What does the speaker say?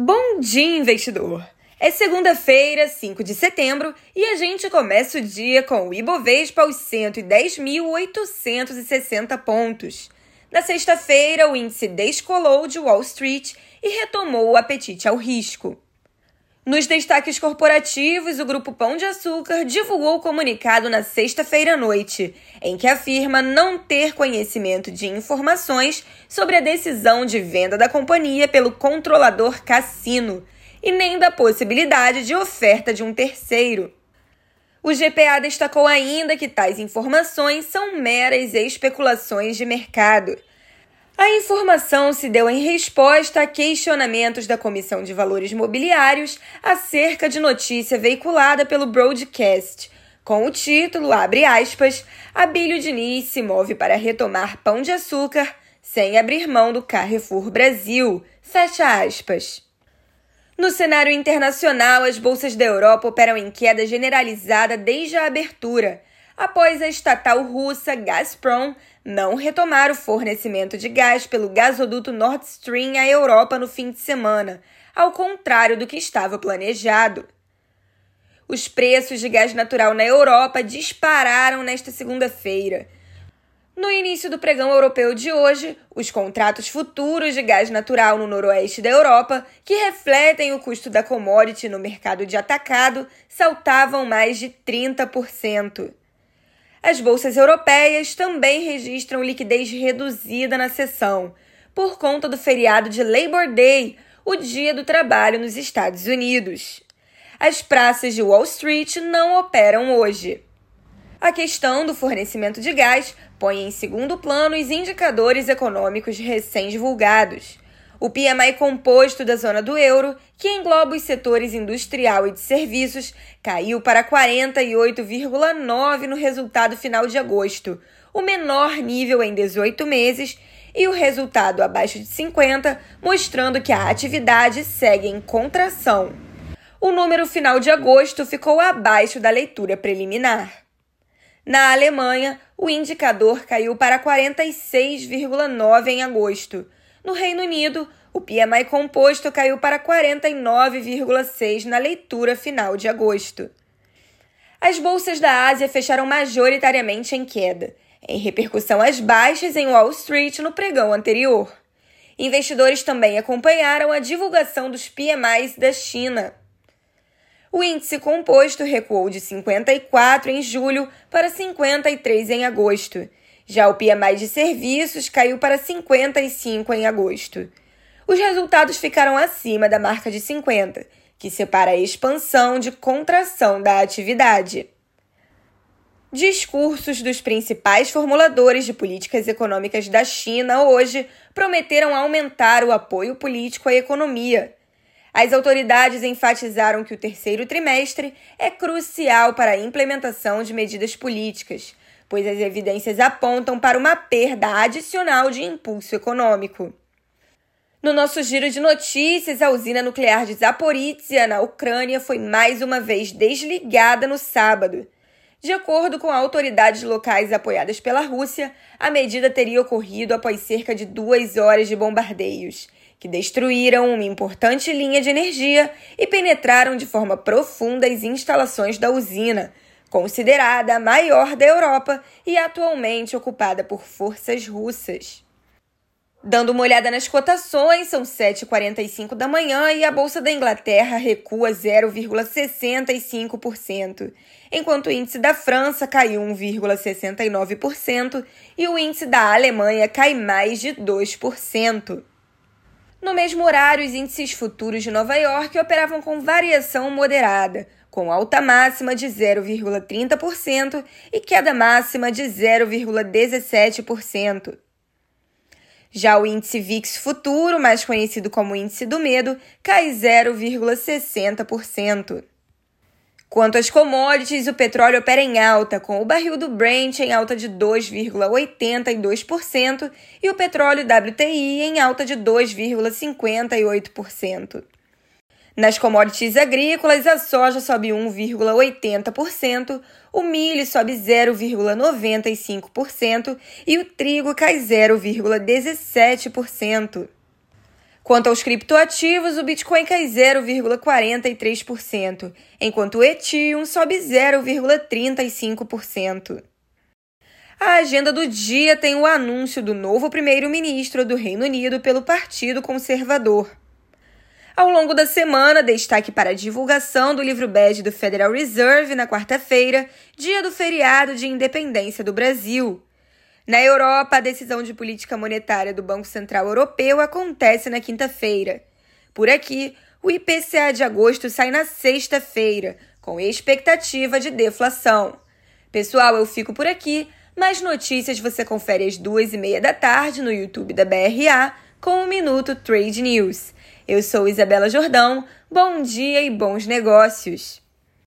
Bom dia, investidor! É segunda-feira, 5 de setembro, e a gente começa o dia com o Ibovespa aos 110.860 pontos. Na sexta-feira, o índice descolou de Wall Street e retomou o apetite ao risco. Nos destaques corporativos, o Grupo Pão de Açúcar divulgou o comunicado na sexta-feira à noite, em que afirma não ter conhecimento de informações sobre a decisão de venda da companhia pelo controlador Cassino, e nem da possibilidade de oferta de um terceiro. O GPA destacou ainda que tais informações são meras especulações de mercado. A informação se deu em resposta a questionamentos da Comissão de Valores Mobiliários acerca de notícia veiculada pelo broadcast, com o título, abre aspas, Abílio Diniz se move para retomar Pão de Açúcar sem abrir mão do Carrefour Brasil, fecha aspas. No cenário internacional, as bolsas da Europa operam em queda generalizada desde a abertura, após a estatal russa Gazprom não retomar o fornecimento de gás pelo gasoduto Nord Stream à Europa no fim de semana, ao contrário do que estava planejado. Os preços de gás natural na Europa dispararam nesta segunda-feira. No início do pregão europeu de hoje, os contratos futuros de gás natural no noroeste da Europa, que refletem o custo da commodity no mercado de atacado, saltavam mais de 30%. As bolsas europeias também registram liquidez reduzida na sessão, por conta do feriado de Labor Day, o Dia do Trabalho nos Estados Unidos. As praças de Wall Street não operam hoje. A questão do fornecimento de gás põe em segundo plano os indicadores econômicos recém-divulgados. O PMI composto da zona do euro, que engloba os setores industrial e de serviços, caiu para 48,9 no resultado final de agosto, o menor nível em 18 meses, e o resultado abaixo de 50, mostrando que a atividade segue em contração. O número final de agosto ficou abaixo da leitura preliminar. Na Alemanha, o indicador caiu para 46,9 em agosto. No Reino Unido, o PMI composto caiu para 49,6 na leitura final de agosto. As bolsas da Ásia fecharam majoritariamente em queda, em repercussão às baixas em Wall Street no pregão anterior. Investidores também acompanharam a divulgação dos PMIs da China. O índice composto recuou de 54 em julho para 53 em agosto. Já o PMI de serviços caiu para 55 em agosto. Os resultados ficaram acima da marca de 50, que separa a expansão de contração da atividade. Discursos dos principais formuladores de políticas econômicas da China hoje prometeram aumentar o apoio político à economia. As autoridades enfatizaram que o terceiro trimestre é crucial para a implementação de medidas políticas, pois as evidências apontam para uma perda adicional de impulso econômico. No nosso giro de notícias, a usina nuclear de Zaporizhzhia, na Ucrânia, foi mais uma vez desligada no sábado. De acordo com autoridades locais apoiadas pela Rússia, a medida teria ocorrido após cerca de 2 horas de bombardeios, que destruíram uma importante linha de energia e penetraram de forma profunda as instalações da usina, considerada a maior da Europa e atualmente ocupada por forças russas. Dando uma olhada nas cotações, são 7h45 da manhã e a Bolsa da Inglaterra recua 0,65%, enquanto o índice da França caiu 1,69% e o índice da Alemanha cai mais de 2%. No mesmo horário, os índices futuros de Nova York operavam com variação moderada, com alta máxima de 0,30% e queda máxima de 0,17%. Já o índice VIX futuro, mais conhecido como índice do medo, cai 0,60%. Quanto às commodities, o petróleo opera em alta, com o barril do Brent em alta de 2,82% e o petróleo WTI em alta de 2,58%. Nas commodities agrícolas, a soja sobe 1,80%, o milho sobe 0,95% e o trigo cai 0,17%. Quanto aos criptoativos, o Bitcoin cai 0,43%, enquanto o Ethereum sobe 0,35%. A agenda do dia tem o anúncio do novo primeiro-ministro do Reino Unido pelo Partido Conservador. Ao longo da semana, destaque para a divulgação do livro bege do Federal Reserve na quarta-feira, dia do feriado de independência do Brasil. Na Europa, a decisão de política monetária do Banco Central Europeu acontece na quinta-feira. Por aqui, o IPCA de agosto sai na sexta-feira, com expectativa de deflação. Pessoal, eu fico por aqui. Mais notícias você confere às 2h30 da tarde no YouTube da BRA com o Minuto Trade News. Eu sou Isabela Jordão, bom dia e bons negócios!